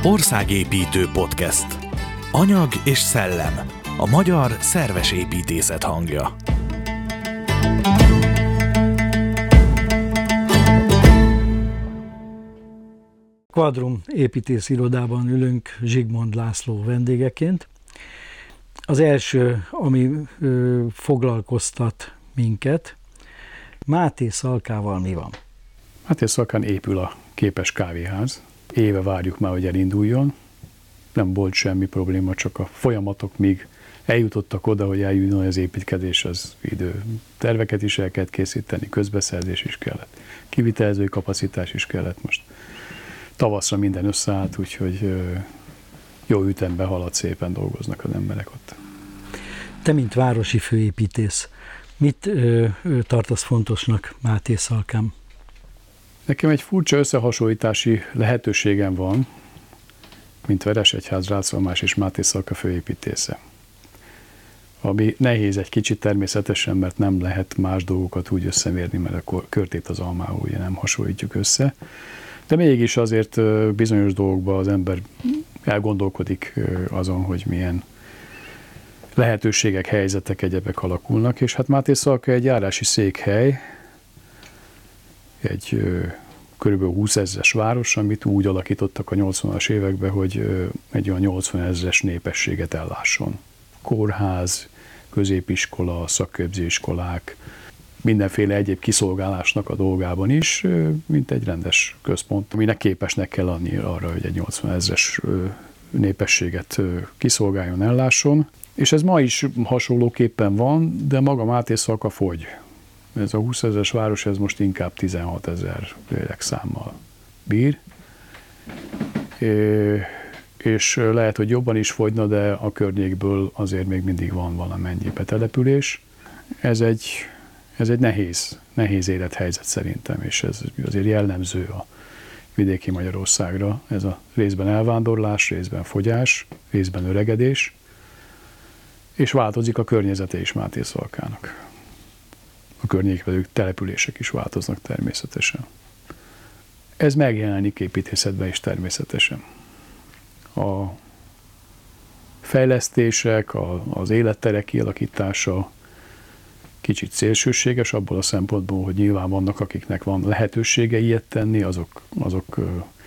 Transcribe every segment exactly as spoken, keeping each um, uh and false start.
Országépítő podcast. Anyag és szellem. A magyar szerves építészet hangja. Quadrum építészirodában ülünk Zsigmond László vendégeként. Az első, ami ö, foglalkoztat minket, Máté Szalkával mi van? Máté Szalkán épül a képes kávéház. Éve várjuk már, hogy elinduljon. Nem volt semmi probléma, csak a folyamatok még eljutottak oda, hogy eljutna az építkezés, az idő. Terveket is el kellett készíteni, közbeszerzés is kellett, kivitelezői kapacitás is kellett most. Tavaszra minden összeállt, úgyhogy jó ütembe halad, szépen dolgoznak az emberek ott. Te, mint városi főépítész, mit ö, ö, tartasz fontosnak Máté Szalkán? Nekem egy furcsa összehasonlítási lehetőségem van, mint Veresegyház, Rácz-Almás és Máté Szalka főépítésze. Ami nehéz egy kicsit természetesen, mert nem lehet más dolgokat úgy összemérni, mert akkor körtét az almához ugye nem hasonlítjuk össze. De mégis azért bizonyos dolgokban az ember elgondolkodik azon, hogy milyen lehetőségek, helyzetek, egyebek alakulnak, és hát Máté Szalka egy járási székhely, egy kb. húszezres város, amit úgy alakítottak a nyolcvanas években, hogy egy olyan nyolcvanezres népességet ellásson. Kórház, középiskola, szakképzőiskolák, mindenféle egyéb kiszolgálásnak a dolgában is, mint egy rendes központ, aminek képesnek kell lenni arra, hogy egy nyolcvanezres népességet kiszolgáljon, ellásson. És ez ma is hasonlóképpen van, de maga Máté Szalka fogy. Ez a húszezres város, ez most inkább tizenhatezer lélekszámmal bír. És lehet, hogy jobban is fogyna, de a környékből azért még mindig van valamennyi betelepülés. Ez egy, ez egy nehéz, nehéz élethelyzet szerintem, és ez azért jellemző a vidéki Magyarországra. Ez a részben elvándorlás, részben fogyás, részben öregedés, és változik a környezete is Máté Szalkának. A környékvelő települések is változnak természetesen. Ez megjelenik építészetben is természetesen. A fejlesztések, a, az életterek kialakítása kicsit szélsőséges abból a szempontból, hogy nyilván vannak, akiknek van lehetősége ilyet tenni, azok, azok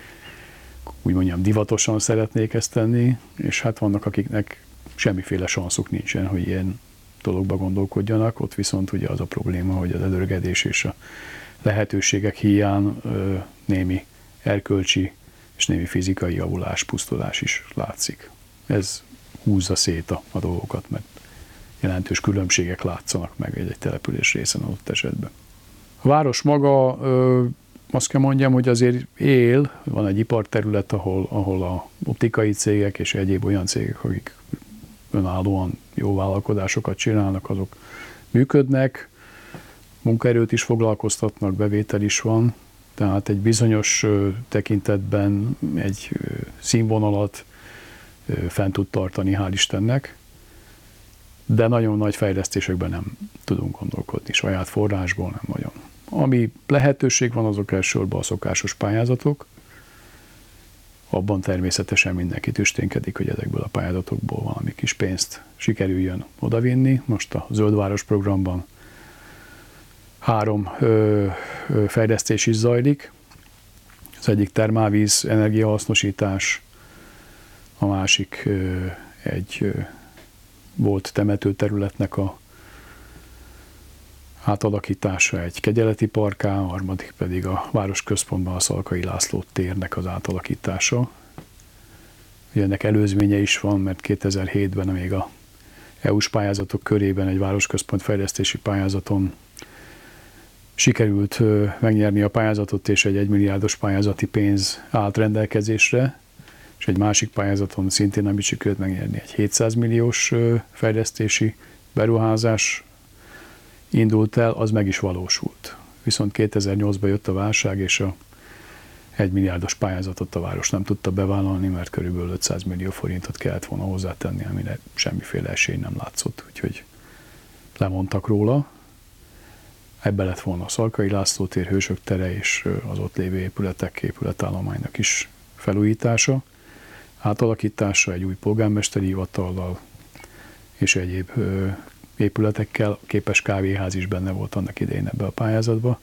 úgy mondjam, divatosan szeretnék ezt tenni, és hát vannak, akiknek semmiféle sanszuk nincsen, hogy ilyen dologba gondolkodjanak, ott viszont ugye az a probléma, hogy az előregedés és a lehetőségek hiány ö, némi erkölcsi és némi fizikai javulás, pusztulás is látszik. Ez húzza szét a, a dolgokat, mert jelentős különbségek látszanak meg egy-egy település részen adott esetben. A város maga, ö, azt kell mondjam, hogy azért él, van egy iparterület, ahol, ahol a optikai cégek és egyéb olyan cégek, akik önállóan jó vállalkozásokat csinálnak, azok működnek, munkaerőt is foglalkoztatnak, bevétel is van, tehát egy bizonyos tekintetben egy színvonalat fent tud tartani, hál' Istennek, de nagyon nagy fejlesztésekben nem tudunk gondolkodni, saját forrásból nem nagyon. Ami lehetőség van, azok elsősorban a szokásos pályázatok, abban természetesen mindenki tüsténkedik, hogy ezekből a pályázatokból valami kis pénzt sikerüljön odavinni. Most a Zöldváros programban három ö, ö, fejlesztés is zajlik. Az egyik termálvíz energiahasznosítás, a másik ö, egy ö, volt temetőterületnek a átalakítása egy kegyeleti parkká, a harmadik pedig a városközpontban a Szalkai László térnek az átalakítása. Ugye ennek előzménye is van, mert kétezer-hétben még a é u-s pályázatok körében egy városközpont fejlesztési pályázaton sikerült megnyerni a pályázatot, és egy egymilliárdos pályázati pénz állt rendelkezésre, és egy másik pályázaton szintén nem is sikerült megnyerni egy hétszáz milliós fejlesztési beruházás indult el, az meg is valósult. Viszont kétezer-nyolcban jött a válság, és a egymilliárdos pályázatot a város nem tudta bevállalni, mert körülbelül ötszáz millió forintot kellett volna hozzátenni, amire semmiféle esély nem látszott, úgyhogy lemondtak róla. Ebbe lett volna a Szalkai László tér, Hősök tere és az ott lévő épületek, épületállománynak is felújítása. átalakítása egy új polgármesteri hivatallal és egyéb ö, épületekkel, képes kávéház is benne volt annak idején ebbe a pályázatba.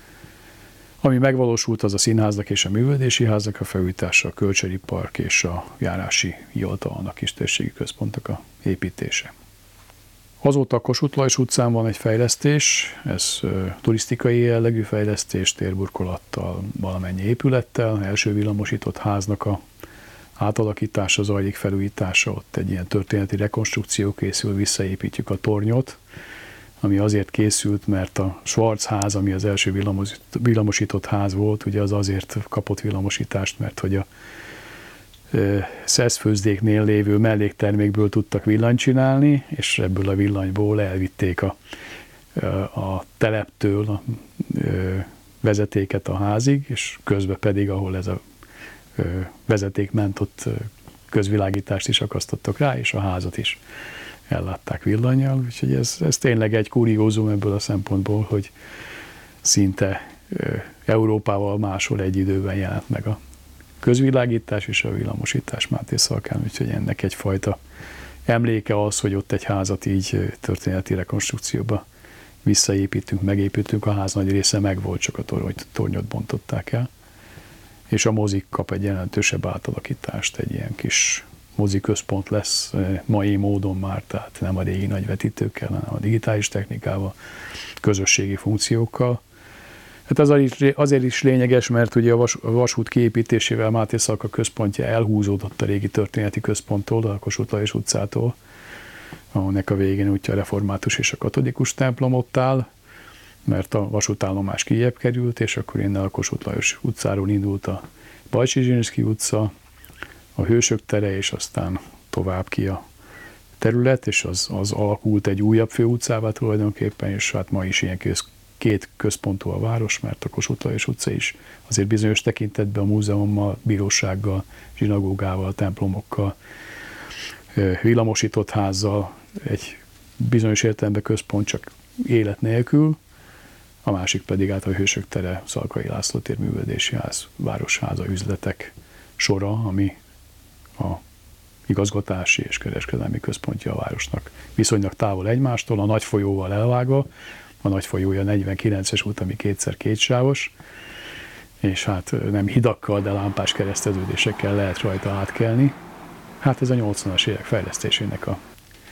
Ami megvalósult, az a színháznak és a művelődési háznak a felújítása, a Kölcseri Park és a járási hivatalnak kis térségi központok a építése. Azóta a Kossuth Lajos utcán van egy fejlesztés, ez ö, turisztikai jellegű fejlesztés, térburkolattal, valamennyi épülettel, első villamosított háznak a átalakítása zajlik, felújítása, ott egy ilyen történeti rekonstrukció készül, visszaépítjük a tornyot, ami azért készült, mert a Schwarz ház, ami az első villamosított ház volt, ugye az azért kapott villamosítást, mert hogy a Szeszfőzdéknél lévő melléktermékből tudtak villanyt csinálni, és ebből a villanyból elvitték a, a teleptől a vezetéket a házig, és közben pedig, ahol ez a vezeték ment, ott közvilágítást is akasztottak rá, és a házat is ellátták villannyal. Úgyhogy ez, ez tényleg egy kuriózum ebből a szempontból, hogy szinte Európával máshol egy időben jelent meg a közvilágítás és a villamosítás Mátészalkán, úgyhogy ennek egyfajta emléke az, hogy ott egy házat így történeti rekonstrukcióba visszaépítünk, megépítünk, a ház nagy része megvolt, csak a tornyot bontották el. És a mozik kap egy jelentősebb átalakítást, egy ilyen kis moziközpont lesz mai módon már, tehát nem a régi nagy vetítőkkel, hanem a digitális technikával, közösségi funkciókkal. Hát ez azért is lényeges, mert ugye a, vas, a vasút kiépítésével Mátészalka központja elhúzódott a régi történeti központtól, a Kossuth Lajos utcától, ahonnek a végén úgyhogy a református és a katolikus templom ott áll, mert a vasútállomás kijebb került, és akkor innen a Kossuth Lajos utcáról indult a Bajcsy-Zsilinszky utca, a Hősök tere, és aztán tovább ki a terület, és az, az alakult egy újabb főutcává tulajdonképpen, és hát ma is ilyen köz, két központú a város, mert a Kossuth Lajos utca is azért bizonyos tekintetben a múzeummal, bírósággal, zsinagógával, templomokkal, villamosított házzal egy bizonyos értelemben központ, csak élet nélkül, a másik pedig át a Hősök tere, Szalkai László tér, művelődési ház, városháza, üzletek sora, ami a igazgatási és kereskedelmi központja a városnak. Viszonylag távol egymástól, a nagy folyóval elvágva, a nagy folyója negyvenkilences út, ami kétszer kétsávos, és hát nem hidakkal, de lámpás kereszteződésekkel lehet rajta átkelni. Hát ez a nyolcvanas évek fejlesztésének a,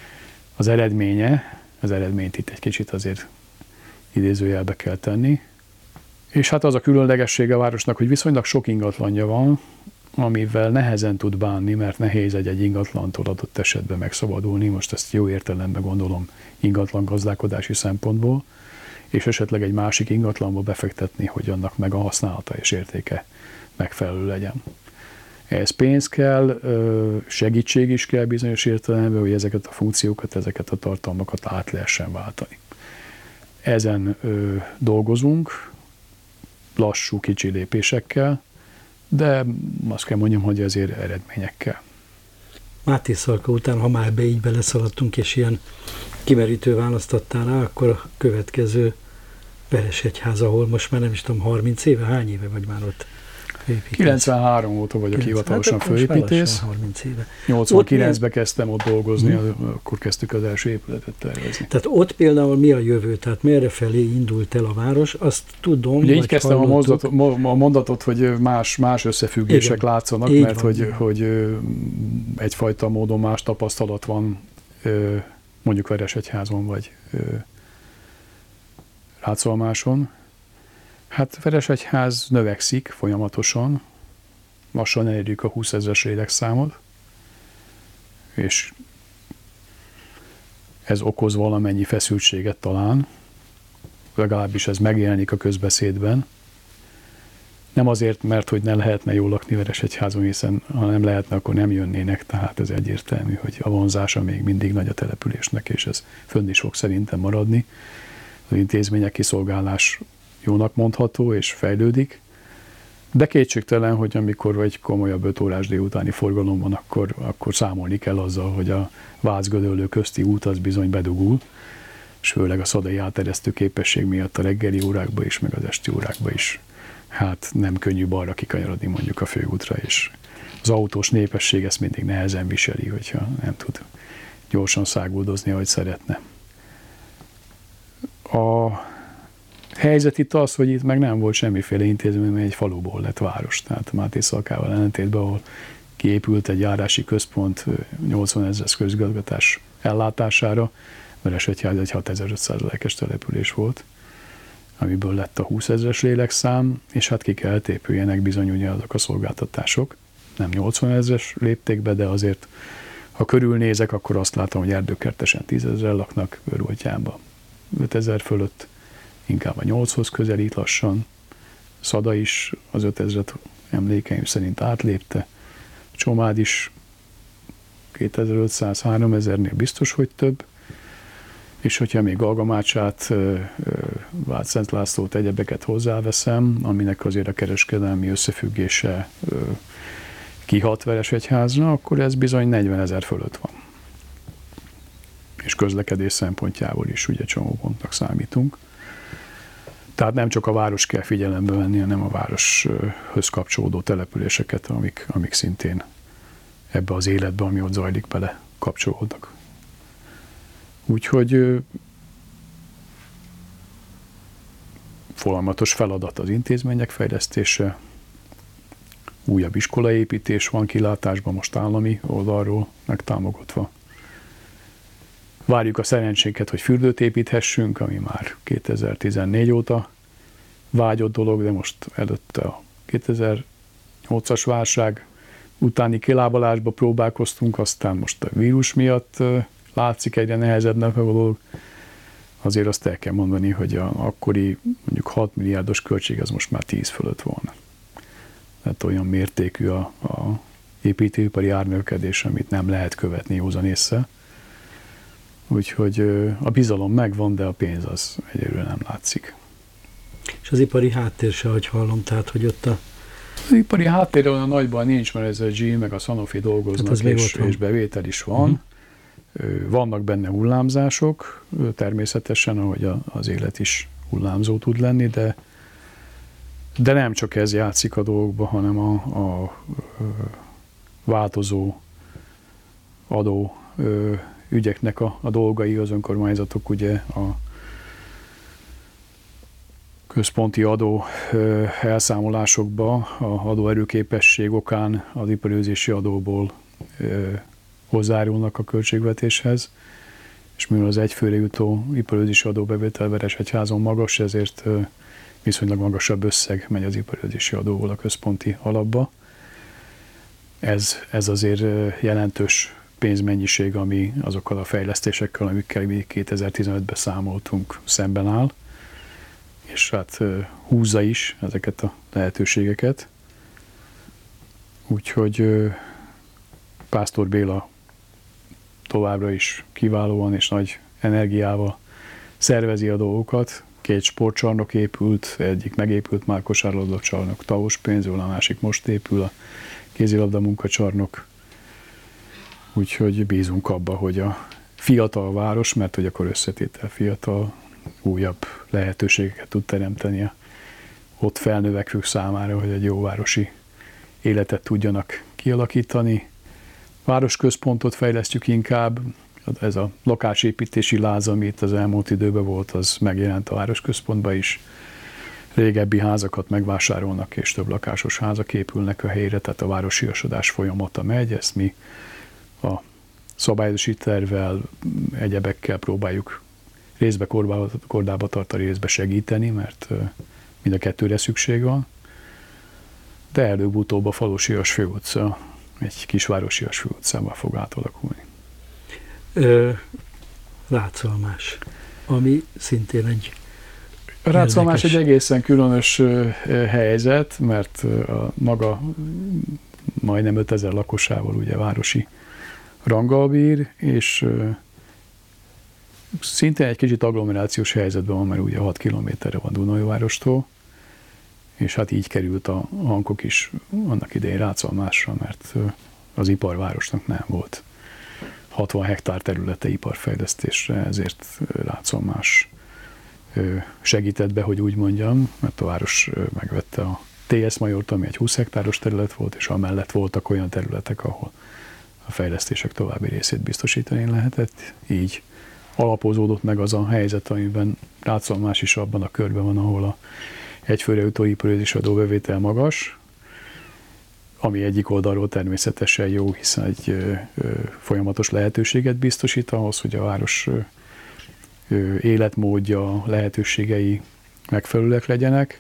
az eredménye, az eredményt itt egy kicsit azért idézőjelbe kell tenni. És hát az a különlegessége a városnak, hogy viszonylag sok ingatlanja van, amivel nehezen tud bánni, mert nehéz egy-egy ingatlantól adott esetben megszabadulni, most ezt jó értelemben gondolom ingatlan gazdálkodási szempontból, és esetleg egy másik ingatlanba befektetni, hogy annak meg a használata és értéke megfelelő legyen. Ehhez pénz kell, segítség is kell bizonyos értelemben, hogy ezeket a funkciókat, ezeket a tartalmakat át lehessen váltani. Ezen ö, dolgozunk, lassú, kicsi lépésekkel, de azt kell mondjam, hogy azért eredményekkel. Mátészalka után, ha már be így beleszaladtunk, és ilyen kimerítő választottál rá, akkor a következő Veresegyház, ahol most már nem is tudom, harminc éve, hány éve vagy már ott főépítész? kilencvenhárom óta vagyok hivatalosan főépítész. nyolcvankilencben kezdtem ott dolgozni, hmm. akkor kezdtük az első épületet tervezni. Tehát ott például mi a jövő? Tehát merre felé indult el a város? Azt tudom, ugye így kezdtem a mondatot, a mondatot, hogy más, más összefüggések igen, látszanak, mert van, hogy, hogy egyfajta módon más tapasztalat van mondjuk Veresegyházon vagy Ráczalmáson. Hát Veresegyház növekszik folyamatosan, lassan elérjük a húszezres lélekszámot, és ez okoz valamennyi feszültséget talán, legalábbis ez megjelenik a közbeszédben. Nem azért, mert hogy ne lehetne jól lakni Veresegyházon, hiszen ha nem lehetne, akkor nem jönnének, tehát ez egyértelmű, hogy a vonzása még mindig nagy a településnek, és ez fönn is fog szerintem maradni. Az intézmények kiszolgálás jónak mondható, és fejlődik, de kétségtelen, hogy amikor egy komolyabb öt órás délutáni forgalom van, akkor, akkor számolni kell azzal, hogy a Vác-Gödöllő közti út az bizony bedugul, és főleg a szadai áteresztő képesség miatt a reggeli órákba is, meg az esti órákba is. Hát nem könnyű balra kikanyarodni mondjuk a főútra, és az autós népesség ezt mindig nehezen viseli, hogyha nem tud gyorsan száguldozni, ahogy szeretne. A helyzet itt az, hogy itt meg nem volt semmiféle intézmény, mert egy faluból lett város. Tehát Mátészalkával ellentétben, ahol kiépült egy járási központ nyolcvanezres közigazgatás ellátására, Veresegyház egy hatezer-ötszáz lelkes település volt, amiből lett a húszezres lélekszám, és hát ki kellett épüljenek bizony ugye azok a szolgáltatások. Nem nyolcvanezres léptékbe, de azért, ha körülnézek, akkor azt látom, hogy Erdőkertesen tízezren laknak, Őrvoltjánban ötezer fölött, inkább a nyolchoz közelít lassan. Szada is az ötezret emlékeim szerint átlépte. Csomád is kétezer-ötszáz-háromezernél biztos, hogy több. És hogyha még Galgamácsát, Vácszent Lászlót, egyebeket hozzáveszem, aminek azért a kereskedelmi összefüggése kihat Veresegyházra, akkor ez bizony negyvenezer fölött van. És közlekedés szempontjából is ugye csomópontnak számítunk. Tehát nem csak a város kell figyelembe venni, hanem a városhoz kapcsolódó településeket, amik, amik szintén ebbe az életbe, ami ott zajlik, bele kapcsolódnak. Úgyhogy folyamatos feladat az intézmények fejlesztése, újabb iskolaépítés van kilátásban, most állami oldalról megtámogatva. Várjuk a szerencsénket, hogy fürdőt építhessünk, ami már kétezer-tizennégy óta vágyott dolog, de most előtte a kétezer-nyolcas válság utáni kilábalásba próbálkoztunk, aztán most a vírus miatt látszik egyre nehezebbnek a dolog. Azért azt el kell mondani, hogy a akkori mondjuk hat milliárdos költség az most már tíz fölött van. Tehát olyan mértékű a, a építőipari árnövekedés, amit nem lehet követni józan észre. Úgyhogy a bizalom megvan, de a pénz az egyelőre nem látszik. És az ipari háttér se, ahogy hallom, tehát hogy ott a... Az ipari háttér olyan nagyban nincs, mert ez a gé meg a Sanofi dolgoznak, hát és, és bevétel is van. Uh-huh. Vannak benne hullámzások, természetesen, ahogy az élet is hullámzó tud lenni, de, de nem csak ez játszik a dolgokba, hanem a, a, a változó adó ügyeknek a, a dolgai, az önkormányzatok ugye a központi adó elszámolásokba a adóerőképesség okán az iparőzési adóból hozzájárulnak a költségvetéshez, és mivel az egyfőre jutó iparőzési adóbevétel Veresegyházon magas, ezért viszonylag magasabb összeg megy az iparőzési adóból a központi alapba. Ez, ez azért jelentős pénzmennyiség, ami azokkal a fejlesztésekkel, amikkel mi kétezer-tizenötben számoltunk, szemben áll, és hát húzza is ezeket a lehetőségeket. Úgyhogy Pásztor Béla továbbra is kiválóan és nagy energiával szervezi a dolgokat. Két sportcsarnok épült, egyik megépült már kosárlabdacsarnok, tavos pénzből, a másik most épül, a kézilabda munkacsarnok. Úgyhogy bízunk abba, hogy a fiatal város, mert hogy akkor összetétel fiatal, újabb lehetőségeket tud teremteni a ott felnövekvők számára, hogy egy jó városi életet tudjanak kialakítani. Városközpontot fejlesztjük inkább, ez a lakásépítési láz, ami itt az elmúlt időben volt, az megjelent a városközpontban is. Régebbi házakat megvásárolnak, és több lakásos házak épülnek a helyre, tehát a városiasodás folyamata megy, ezt mi a szabályozási tervvel, egyebekkel próbáljuk részbe kordába, kordába tartani, részbe segíteni, mert mind a kettőre szükség van. De előbb-utóbb a Falusias főutca egy kisvárosias főutcában fog átalakulni. Rácalmás, ami szintén egy A Rácalmás egy egészen különös helyzet, mert a maga majdnem ötezer lakosával ugye városi ranggal bír, és szintén egy kicsit agglomerációs helyzetben van, mert ugye hat kilométerre van Dunajvárostól, és hát így került a Hankok is annak idején Rácalmásra, mert az iparvárosnak nem volt hatvan hektár területe iparfejlesztésre, ezért Rácalmás segített be, hogy úgy mondjam, mert a város megvette a té es Majort, ami egy húsz hektáros terület volt, és amellett voltak olyan területek, ahol a fejlesztések további részét biztosítani lehetett. Így alapozódott meg az a helyzet, amiben Rácalmás is abban a körben van, ahol a egyfőre jutó ipari adóbevétel magas, ami egyik oldalról természetesen jó, hiszen egy ö, ö, folyamatos lehetőséget biztosít ahhoz, hogy a város ö, ö, életmódja, lehetőségei megfelelőek legyenek.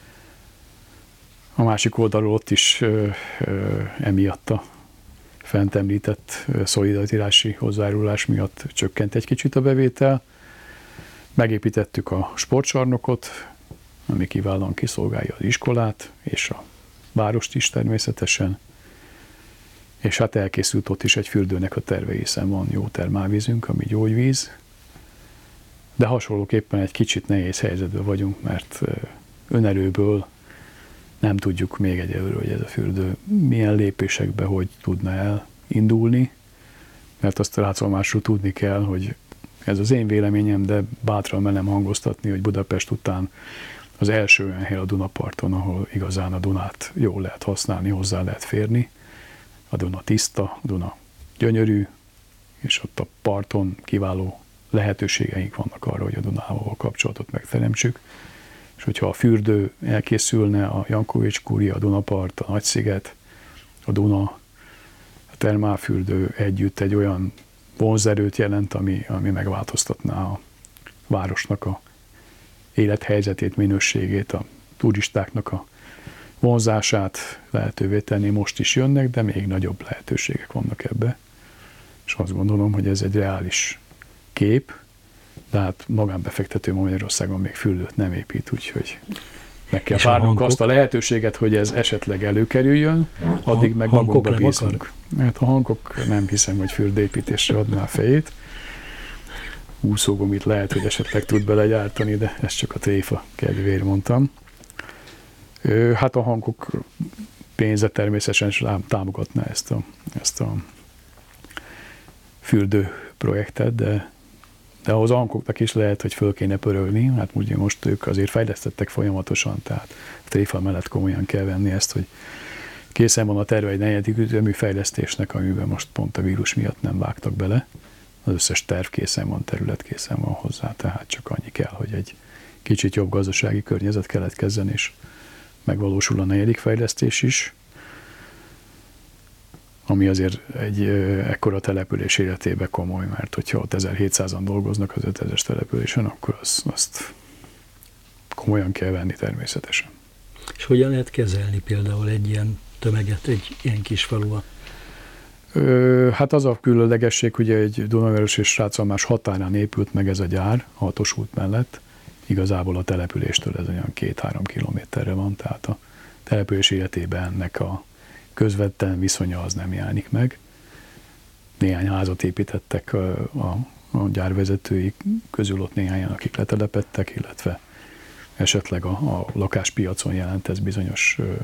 A másik oldalról ott is ö, ö, emiatt a fent említett szolidaritási hozzájárulás miatt csökkent egy kicsit a bevétel. Megépítettük a sportcsarnokot, ami kiválóan kiszolgálja az iskolát, és a várost is természetesen. És hát elkészült ott is egy fürdőnek a terve, hiszen van jó termálvízünk, ami gyógyvíz. De hasonlóképpen egy kicsit nehéz helyzetben vagyunk, mert önerőből nem tudjuk még egyelőre, hogy ez a fürdő milyen lépésekbe hogy tudna elindulni, mert azt Rácalmásról tudni kell, hogy ez az én véleményem, de bátran merem hangoztatni, hogy Budapest után az első olyan hely a Dunaparton, ahol igazán a Dunát jól lehet használni, hozzá lehet férni. A Duna tiszta, a Duna gyönyörű, és ott a parton kiváló lehetőségeink vannak arra, hogy a Dunával kapcsolatot megteremtsük. És hogyha a fürdő elkészülne, a Jankovics kúria, a Dunapart, a Nagysziget, a Duna, a termálfürdő együtt egy olyan vonzerőt jelent, ami, ami megváltoztatná a városnak a élethelyzetét, minőségét, a turistáknak a vonzását lehetővé tenni. Most is jönnek, de még nagyobb lehetőségek vannak ebbe. És azt gondolom, hogy ez egy reális kép, de hát magánbefektető Magyarországon még fürdőt nem épít, úgyhogy meg kell várnunk azt a lehetőséget, hogy ez esetleg előkerüljön, addig meg magunkba bízunk. Hát a Hancock nem hiszem, hogy fürdőépítésre adná a fejét. Úszógumit lehet, hogy esetleg tud belegyártani, de ezt csak a tréfa kedvéért mondtam. Hát a Hancock pénze természetesen támogatná ezt a, ezt a fürdő projektet, de de ahhoz a Hancocknak is lehet, hogy föl kéne pörölni, hát ugye most ők azért fejlesztettek folyamatosan, tehát a tréfa mellett komolyan kell venni ezt, hogy készen van a terve egy negyedik üzemű fejlesztésnek, amiben most pont a vírus miatt nem vágtak bele. Az összes terv készen van, terület készen van hozzá, tehát csak annyi kell, hogy egy kicsit jobb gazdasági környezet keletkezzen, és megvalósul a negyedik fejlesztés is, ami azért egy ekkora település életében komoly, mert hogyha ott ezerhétszázan dolgoznak az ötezres településen, akkor az, azt komolyan kell venni természetesen. És hogyan lehet kezelni például egy ilyen tömeget, egy ilyen kis faluban? Hát az a különlegesség, hogy egy Dunaváros és Rácalmás határán épült meg ez a gyár, a hatos út mellett. Igazából a településtől ez olyan két-három kilométerre van, tehát a település életében ennek a közvetlen viszonya az nem jelenik meg. Néhány házat építettek a, a, a gyárvezetői közül, ott néhányan, akik letelepedtek, illetve esetleg a, a lakáspiacon jelent ez bizonyos ö,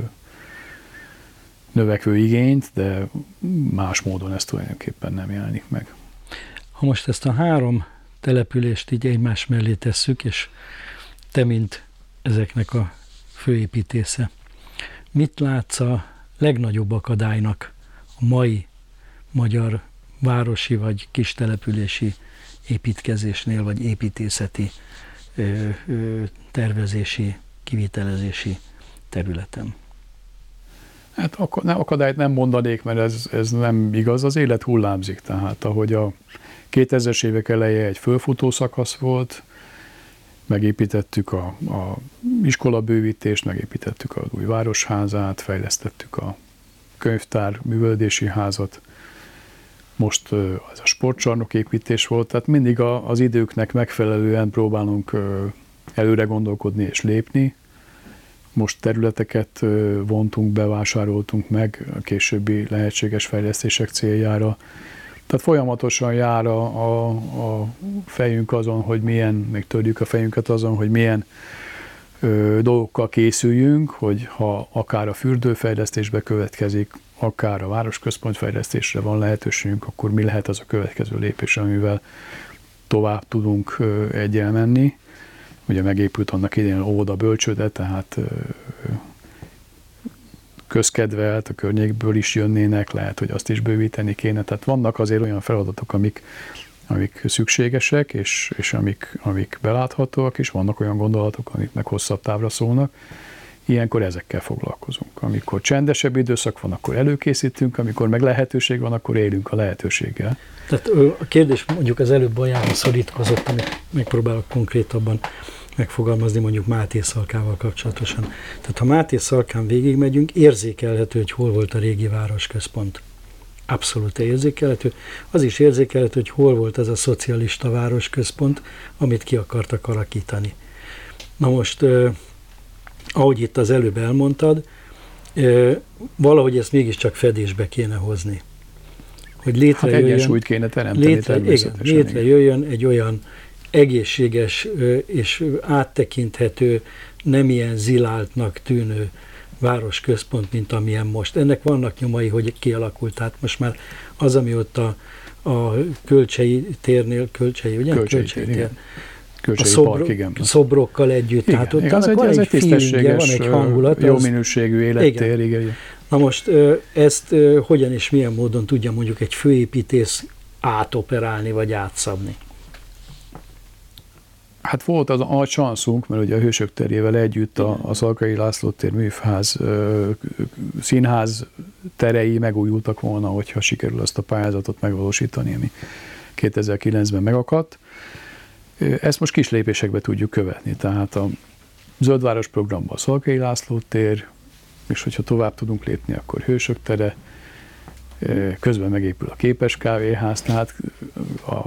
növekvő igényt, de más módon ez tulajdonképpen nem jelenik meg. Ha most ezt a három települést így egymás mellé tesszük, és te, mint ezeknek a főépítésze, mit látsz a legnagyobb akadálynak a mai magyar városi vagy kistelepülési építkezésnél, vagy építészeti ö, ö, tervezési, kivitelezési területen? Hát akadályt nem mondanék, mert ez, ez nem igaz, az élet hullámzik, tehát ahogy a kétezres évek eleje egy fölfutó szakasz volt, megépítettük a, a iskolabővítést, megépítettük az új városházát, fejlesztettük a könyvtár, művelődési házat, most ez a sportcsarnok építés volt, tehát mindig a, az időknek megfelelően próbálunk előre gondolkodni és lépni. Most területeket vontunk, bevásároltunk meg a későbbi lehetséges fejlesztések céljára. Tehát folyamatosan jár a, a, a fejünk azon, hogy milyen, még törjük a fejünket azon, hogy milyen ö, dolgokkal készüljünk, hogy ha akár a fürdőfejlesztésbe következik, akár a városközpontfejlesztésre van lehetőségünk, akkor mi lehet az a következő lépés, amivel tovább tudunk ö, egyel menni. Ugye megépült annak idején óvoda, bölcsőde, tehát ö, közkedvelt, a környékből is jönnének, lehet, hogy azt is bővíteni kéne. Tehát vannak azért olyan feladatok, amik, amik szükségesek, és, és amik, amik beláthatóak, és vannak olyan gondolatok, amik meg hosszabb távra szólnak. Ilyenkor ezekkel foglalkozunk. Amikor csendesebb időszak van, akkor előkészítünk, amikor meg lehetőség van, akkor élünk a lehetőséggel. Tehát a kérdés mondjuk az előbb Bajára szorítkozott, amit megpróbálok konkrétabban megfogalmazni mondjuk Máté Szalkával kapcsolatosan. Tehát ha Máté Szalkán végigmegyünk, érzékelhető, hogy hol volt a régi városközpont. Abszolút érzékelhető. Az is érzékelhető, hogy hol volt ez a szocialista városközpont, amit ki akartak alakítani. Na most, ahogy itt az előbb elmondtad, valahogy ezt mégiscsak fedésbe kéne hozni. Hogy létrejöjjön, hát egyensúlyt kéne teremteni létre, természetesen. Igen, létrejöjjön egy olyan egészséges és áttekinthető, nem ilyen ziláltnak tűnő városközpont, mint amilyen most. Ennek vannak nyomai, hogy kialakult. Tehát most már az, ami ott a, a Kölcsei térnél, Kölcsei, ugye? Kölcsei, Kölcsei tér. A szobro, szobrokkal együtt. Igen, tehát ott igen, az egy, van egy, egy tisztességes, van egy hangulat. jó az, minőségű élettér. Igen. Igen. Na most ezt hogyan és milyen módon tudja mondjuk egy főépítész átoperálni vagy átszabni? Hát volt az a csanszunk, mert ugye a Hősök terjével együtt a, a Szalkai László tér műfáz, színház terei megújultak volna, hogyha sikerül azt a pályázatot megvalósítani, ami kétezer-kilencben megakadt. Ezt most kis lépésekbe tudjuk követni, tehát a Zöldváros programban a Szalkai László tér, és hogyha tovább tudunk lépni, akkor Hősök tere, közben megépül a Képes kávéház, tehát a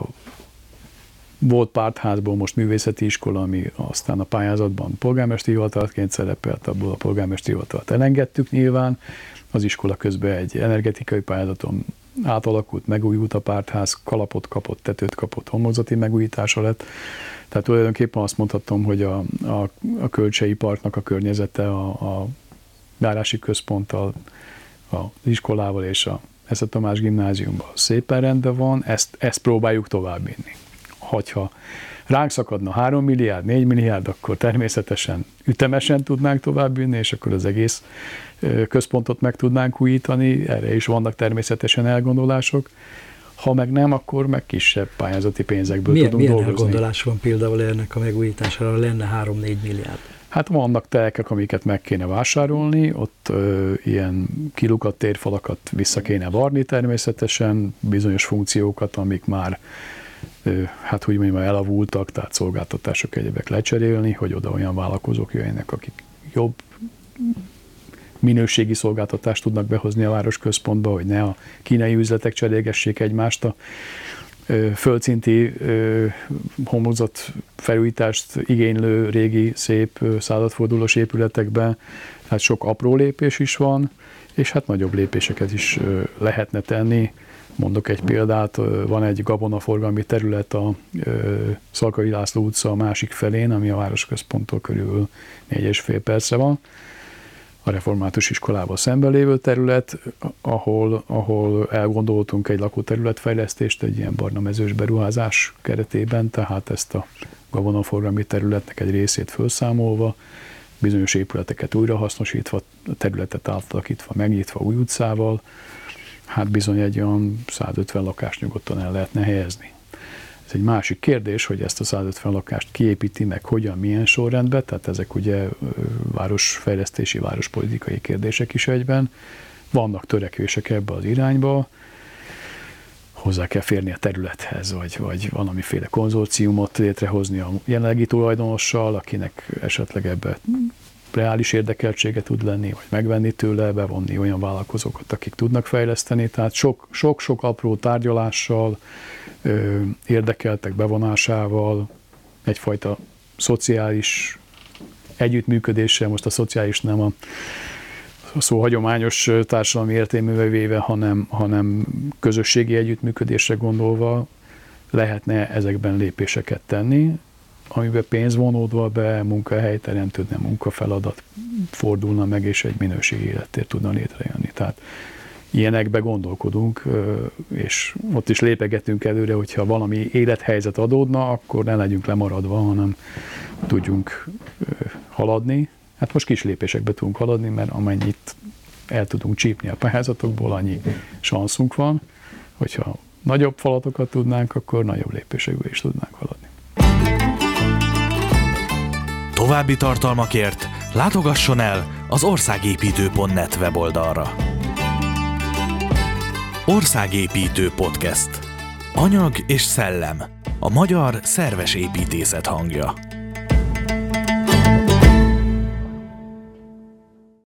volt pártházból most művészeti iskola, ami aztán a pályázatban polgármesteri hivatalként szerepelt, abból a polgármesteri hivatalt elengedtük nyilván. Az iskola közben egy energetikai pályázaton átalakult, megújult a pártház, kalapot kapott, tetőt kapott, homlokzati megújítása lett. Tehát tulajdonképpen azt mondhatom, hogy a, a, a Kölcsei Parknak a környezete a, a járási központtal, az iskolával és a Esze Tamás gimnáziumban szépen rendben van, ezt, ezt próbáljuk továbbvinni. Hogyha ránk szakadna három milliárd, négy milliárd, akkor természetesen ütemesen tudnánk továbbvinni, és akkor az egész központot meg tudnánk újítani, erre is vannak természetesen elgondolások. Ha meg nem, akkor meg kisebb pályázati pénzekből milyen, tudunk milyen dolgozni. Milyen elgondolás van például ennek a megújítására, lenne három-négy milliárd? Hát vannak telkek, amiket meg kéne vásárolni, ott ö, ilyen kilukat, térfalakat vissza kéne varni természetesen, bizonyos funkciókat, amik már hát úgy mondjam, elavultak, tehát szolgáltatások egyebek lecserélni, hogy oda olyan vállalkozók jöjjenek, akik jobb minőségi szolgáltatást tudnak behozni a városközpontba, hogy ne a kínai üzletek cserélgessék egymást a földszinti homlokzat felújítást igénylő régi, szép századfordulós épületekben. Hát sok apró lépés is van, és hát nagyobb lépéseket is lehetne tenni. Mondok egy példát, van egy gabonaforgalmi terület a Szalkai László utca a másik felén, ami a városközponttól körülbelül négy és fél percre van. A református iskolával szemben lévő terület, ahol, ahol elgondoltunk egy lakóterületfejlesztést, egy ilyen barna mezős beruházás keretében, tehát ezt a gabonaforgalmi területnek egy részét felszámolva, bizonyos épületeket újrahasznosítva, a területet átalakítva, megnyitva új utcával, hát bizony egy olyan százötven lakást nyugodtan el lehetne helyezni. Ez egy másik kérdés, hogy ezt a százötven lakást kiépíti meg, hogyan, milyen sorrendben, tehát ezek ugye városfejlesztési, várospolitikai kérdések is egyben. Vannak törekvések ebbe az irányba, hozzá kell férni a területhez, vagy, vagy valamiféle konzorciumot létrehozni a jelenlegi tulajdonossal, akinek esetleg ebbe reális érdekeltsége tud lenni, vagy megvenni tőle, bevonni olyan vállalkozókat, akik tudnak fejleszteni. Tehát sok-sok apró tárgyalással, ö, érdekeltek bevonásával, egyfajta szociális együttműködéssel, most a szociális nem a, a szó hagyományos társadalmi értelmével véve, hanem, hanem közösségi együttműködésre gondolva lehetne ezekben lépéseket tenni, amiben pénz vonódva be, munkahely teremtődne, munkafeladat fordulna meg, és egy minőségi élettér tudna létrejönni. Tehát ilyenekbe gondolkodunk, és ott is lépegetünk előre, hogyha valami élethelyzet adódna, akkor ne legyünk lemaradva, hanem tudjunk haladni. Hát most kis lépésekbe tudunk haladni, mert amennyit el tudunk csípni a pályázatokból, annyi sanszunk van, hogyha nagyobb falatokat tudnánk, akkor nagyobb lépésekbe is tudnánk haladni. További tartalmakért látogasson el az országépítő pont net weboldalra. Országépítő Podcast. Anyag és szellem. A magyar szerves építészet hangja.